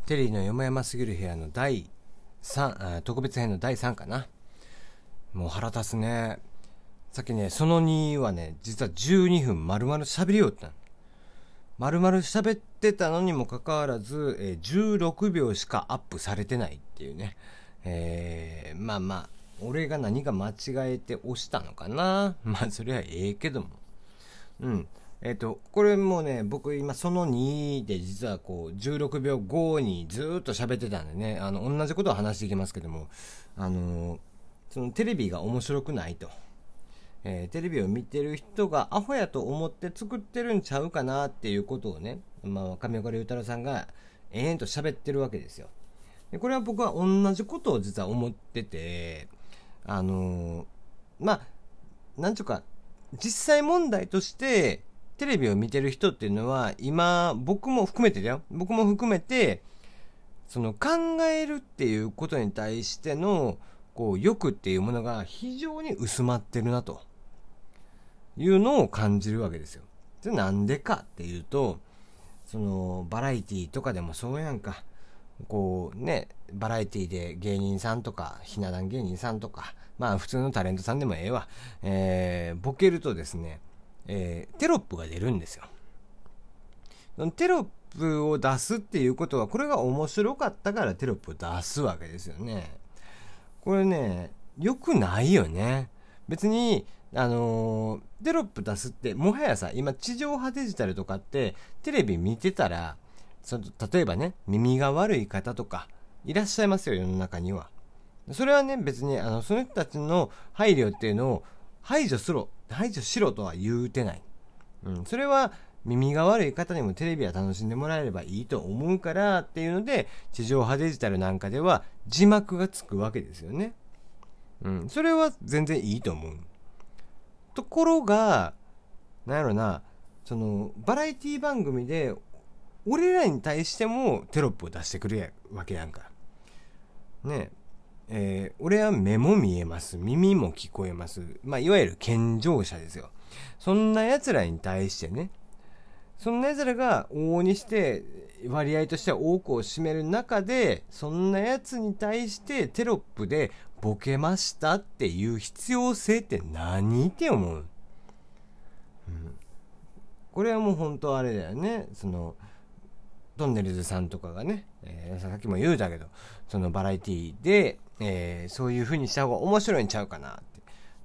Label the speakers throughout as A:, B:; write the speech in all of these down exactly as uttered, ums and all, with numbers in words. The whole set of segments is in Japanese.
A: テリーのよもやますぎる部屋のだいさんあ特別編のだいさんかな。もう腹立つね。さっきねそのにはね実はじゅうにふん丸々喋りよったの。丸々喋ってたのにもかかわらず、えー、じゅうろくびょうしかアップされてないっていうね。えー、まあまあ俺が何か間違えて押したのかな。まあそれはええけども、うんえっ、ー、とこれもね僕今そのにで実はこうじゅうろくびょうごにずーっと喋ってたんでね、あの同じことを話していきますけども、あのー、そのテレビが面白くないと、えー、テレビを見てる人がアホやと思って作ってるんちゃうかなっていうことをね、まあ、上岡龍太郎さんが延々と喋ってるわけですよ。でこれは僕は同じことを実は思ってて、あのー、まあなんちゅうか実際問題としてテレビを見てる人っていうのは今僕も含めてだよ僕も含めてその考えるっていうことに対してのこう欲っていうものが非常に薄まってるなというのを感じるわけですよ。でなんでかっていうと、そのバラエティとかでもそうやんか。こうねバラエティで芸人さんとかひな壇芸人さんとかまあ普通のタレントさんでもええわ、えー、ボケるとですね、えー、テロップが出るんですよ。テロップを出すっていうことはこれが面白かったからテロップを出すわけですよね。これね良くないよね。別にあのー、テロップ出すってもはやさ今地上波デジタルとかってテレビ見てたらその例えばね耳が悪い方とかいらっしゃいますよ世の中には。それはね別にあのその人たちの配慮っていうのを排除しろ排除しろとは言うてない、うん、それは耳が悪い方にもテレビは楽しんでもらえればいいと思うからっていうので地上波デジタルなんかでは字幕がつくわけですよね、うん、それは全然いいと思う。ところがなんやろな、そのバラエティ番組で俺らに対してもテロップを出してくるわけやんかねえ。えー、俺は目も見えます耳も聞こえます、まあいわゆる健常者ですよ。そんな奴らに対してね、そんな奴らが往々にして割合としては多くを占める中でそんな奴に対してテロップでボケましたっていう必要性って何って思う、うん、これはもう本当あれだよね。そのトンネルズさんとかがね、えー、さっきも言うたけどそのバラエティで、えー、そういう風にした方が面白いんちゃうかなって。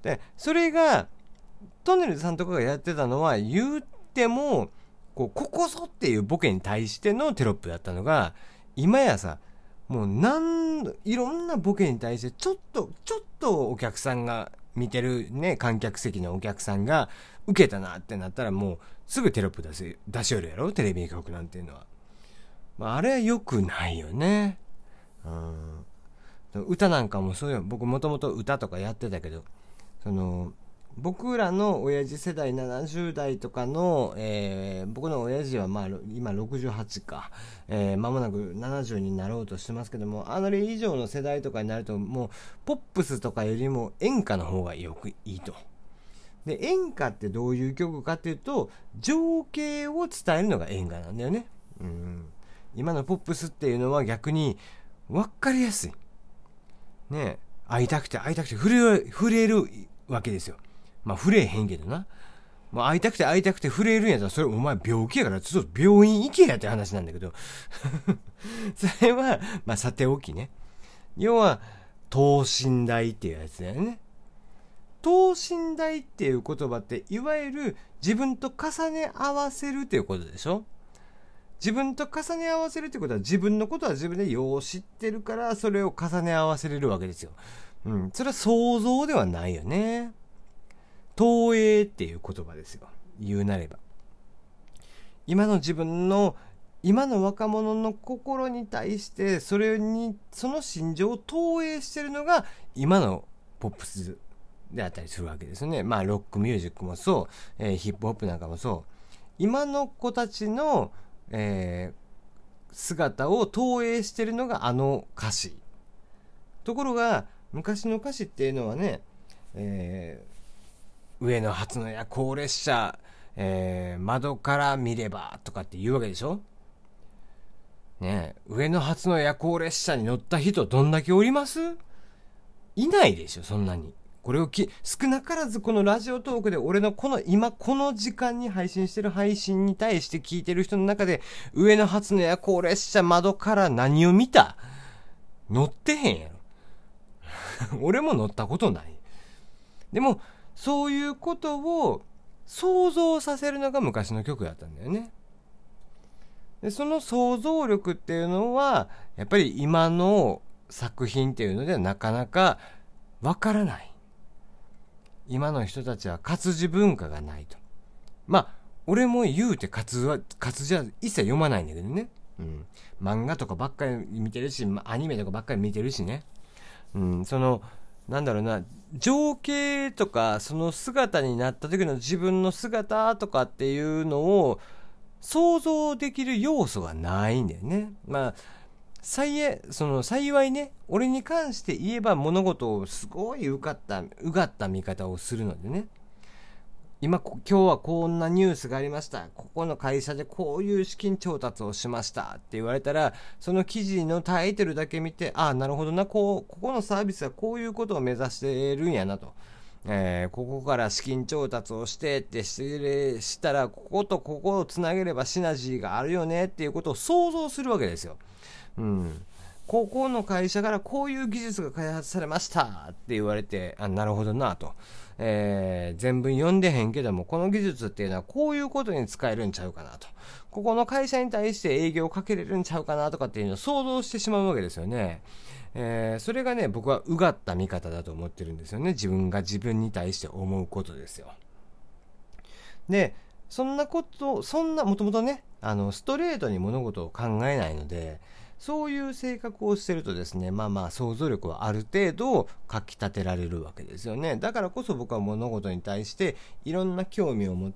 A: でそれがトンネルズさんとかがやってたのは言ってもこうここぞっていうボケに対してのテロップだったのが、今やさもうなんいろんなボケに対してちょっとちょっとお客さんが見てるね観客席のお客さんが受けたなってなったらもうすぐテロップ出せ出しよるやろテレビ局なんていうのは。まあ、あれは良くないよね。うん、歌なんかもそうよ。僕もともと歌とかやってたけど、その僕らの親父世代ななじゅうだいとかの、えー、僕の親父はまあ今ろくじゅうはちか、えー、間もなくななじゅうになろうとしてますけども、あれ以上の世代とかになるともうポップスとかよりも演歌の方がよくいいと。で演歌ってどういう曲かっていうと情景を伝えるのが演歌なんだよね。うん、今のポップスっていうのは逆に分かりやすいね。会いたくて会いたくて触れ触れるわけですよ。まあ触れへんけどな。まあ、会いたくて会いたくて触れるんやったらそれお前病気やからちょっと病院行けやって話なんだけどそれはまあさておきね。要は等身大っていうやつだよね。等身大っていう言葉っていわゆる自分と重ね合わせるっていうことでしょ。自分と重ね合わせるってことは自分のことは自分でよう知ってるからそれを重ね合わせれるわけですよ。うん、それは想像ではないよね。投影っていう言葉ですよ。言うなれば今の自分の今の若者の心に対してそれにその心情を投影してるのが今のポップスであったりするわけですね。まあロックミュージックもそう、えー、ヒップホップなんかもそう、今の子たちのえー、姿を投影してるのがあの歌詞。ところが昔の歌詞っていうのはね、えー、上野発の夜行列車、えー、窓から見ればとかって言うわけでしょね。 上野発の夜行列車に乗った人どんだけおります？いないでしょ、そんなに。これをき少なからずこのラジオトークで俺のこの今この時間に配信してる配信に対して聞いてる人の中で、上野発の夜行列車窓から何を見た？乗ってへんやろ。俺も乗ったことない。でもそういうことを想像させるのが昔の曲だったんだよね。でその想像力っていうのはやっぱり今の作品っていうのではなかなかわからない。今の人たちは活字文化がないと。まあ俺も言うて活は活字は一切読まないんだけどね、うん、漫画とかばっかり見てるし、アニメとかばっかり見てるしね、うん、そのなんだろうな、情景とかその姿になった時の自分の姿とかっていうのを想像できる要素がないんだよね。まあ幸, その幸いね、俺に関して言えば物事をすごいうがったうがった見方をするのでね、今今日はこんなニュースがありました、ここの会社でこういう資金調達をしましたって言われたら、その記事のタイトルだけ見て、ああなるほどな、こうここのサービスはこういうことを目指してるんやなと、えー、ここから資金調達をしてってしてしたら、こことここをつなげればシナジーがあるよねっていうことを想像するわけですよ。うん、ここの会社からこういう技術が開発されましたって言われて、あ、なるほどなと、えー、全文読んでへんけども、この技術っていうのはこういうことに使えるんちゃうかなと、ここの会社に対して営業をかけれるんちゃうかなとかっていうのを想像してしまうわけですよね。えー、それがね、僕はうがった見方だと思ってるんですよね。自分が自分に対して思うことですよ。でそんなことそんなもともとね、あのストレートに物事を考えないので、そういう性格をしてるとですね、まあまあ想像力はある程度かき立てられるわけですよね。だからこそ僕は物事に対していろんな興味を持って、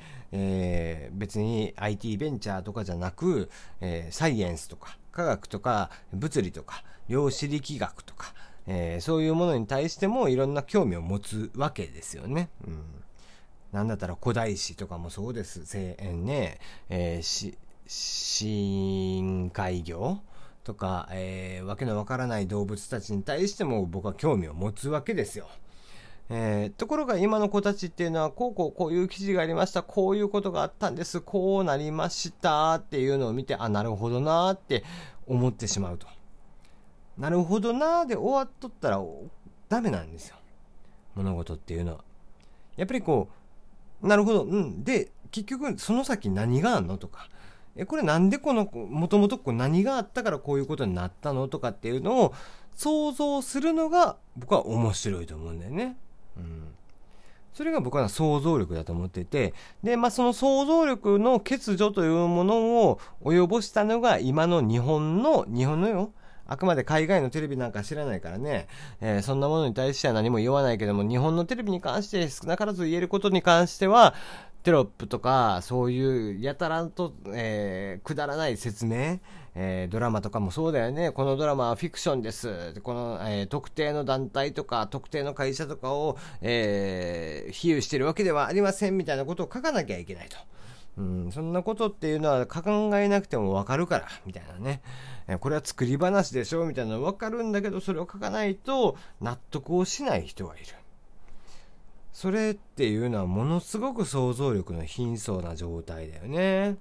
A: えー、別に アイティー ベンチャーとかじゃなく、えー、サイエンスとか科学とか物理とか量子力学とか、えー、そういうものに対してもいろんな興味を持つわけですよね。うん、なんだったら古代史とかもそうです。せーね、えー、し深海魚とか、えー、わけのわからない動物たちに対しても僕は興味を持つわけですよ。えー、ところが今の子たちっていうのは、こうこうこういう記事がありました、こういうことがあったんです、こうなりましたっていうのを見て、あ、なるほどなって思ってしまうと。なるほどなで終わっとったらダメなんですよ、物事っていうのは。やっぱりこう、なるほど、うんで結局その先何があんのとか、えこれなんでこのもともと何があったからこういうことになったのとかっていうのを想像するのが僕は面白いと思うんだよね。うん、それが僕は想像力だと思っていて、で、まあ、その想像力の欠如というものを及ぼしたのが今の日本の日本のよ、あくまで海外のテレビなんか知らないからね、えー、そんなものに対しては何も言わないけども、日本のテレビに関して少なからず言えることに関しては、テロップとかそういうやたらと、えー、くだらない説明、えー、ドラマとかもそうだよね。このドラマはフィクションです、この、えー、特定の団体とか特定の会社とかを、えー、比喩してるわけではありませんみたいなことを書かなきゃいけないと。うん、そんなことっていうのは考えなくてもわかるからみたいなね、えー、これは作り話でしょみたいなのわかるんだけど、それを書かないと納得をしない人がいる。それっていうのはものすごく想像力の貧相な状態だよね。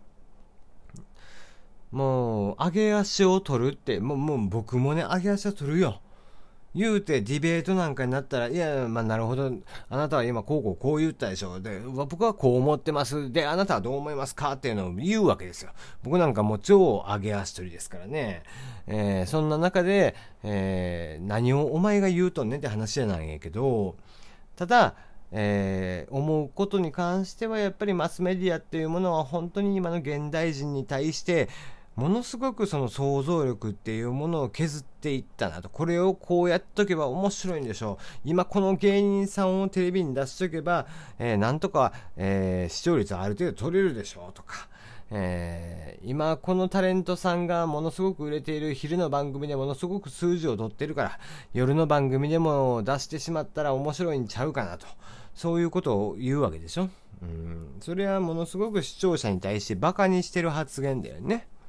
A: もう上げ足を取るって、もう、もう僕もね上げ足を取るよ。言うてディベートなんかになったら、いやまあなるほど、あなたは今こうこうこう言ったでしょ、で僕はこう思ってます、であなたはどう思いますかっていうのを言うわけですよ。僕なんかもう超上げ足取りですからね。えー、そんな中で、えー、何をお前が言うとんねんって話じゃないんやけど、ただえー、思うことに関してはやっぱりマスメディアっていうものは本当に今の現代人に対してものすごくその想像力っていうものを削っていったなと。これをこうやっとけば面白いんでしょう、今この芸人さんをテレビに出しとけば、えー、なんとか、えー、視聴率ある程度取れるでしょうとか、えー、今このタレントさんがものすごく売れている昼の番組でものすごく数字を取ってるから夜の番組でも出してしまったら面白いんちゃうかなと、そういうことを言うわけでしょ。うん、それはものすごく視聴者に対してバカにしてる発言だよね。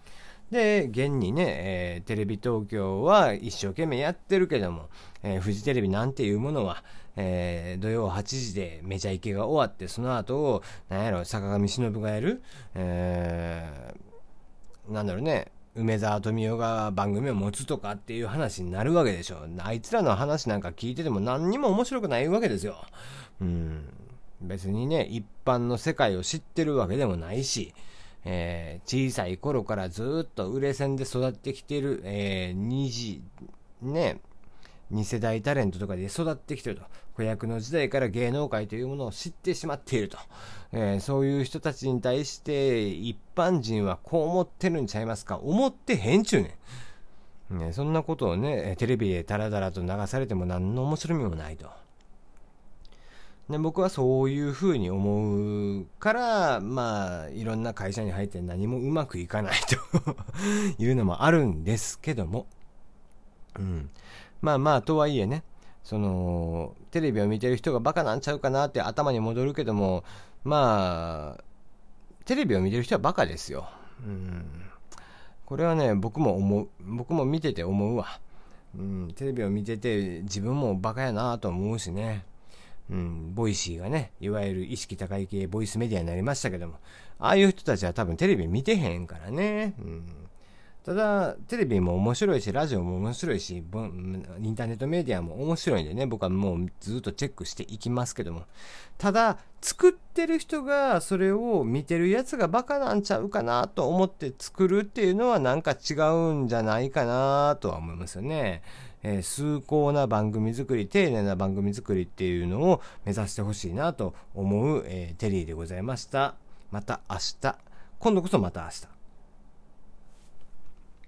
A: で、現にね、えー、テレビ東京は一生懸命やってるけども、えー、フジテレビなんていうものは、えー、土曜はちじでめちゃイケが終わって、その後、なんやろ、坂上忍がやる、えー、なんだろうね、梅沢富美男が番組を持つとかっていう話になるわけでしょ。あいつらの話なんか聞いてても何にも面白くないわけですよ。うん。別にね、一般の世界を知ってるわけでもないし、えー、小さい頃からずっと売れ線で育ってきている、えー、二次、ね、二世代タレントとかで育ってきてると。子役の時代から芸能界というものを知ってしまっていると。えー、そういう人たちに対して一般人はこう思ってるんちゃいますか。思ってへんちゅうねん。ね、そんなことをね、テレビでダラダラと流されても何の面白みもないと。で、僕はそういうふうに思うから、まあ、いろんな会社に入って何もうまくいかないというのもあるんですけども。うん。まあまあ、とはいえね、その、テレビを見てる人がバカなんちゃうかなって頭に戻るけども、まあ、テレビを見てる人はバカですよ。うん。これはね、僕も思う。僕も見てて思うわ。うん。テレビを見てて自分もバカやなと思うしね。うん。ボイシーがね、いわゆる意識高い系ボイスメディアになりましたけども、ああいう人たちは多分テレビ見てへんからね。うん。ただ、テレビも面白いし、ラジオも面白いし、インターネットメディアも面白いんでね、僕はもうずっとチェックしていきますけども。ただ、作ってる人がそれを見てるやつがバカなんちゃうかなと思って作るっていうのはなんか違うんじゃないかなとは思いますよね。えー、崇高な番組作り、丁寧な番組作りっていうのを目指してほしいなと思う、えー、テリーでございました。また明日。今度こそまた明日。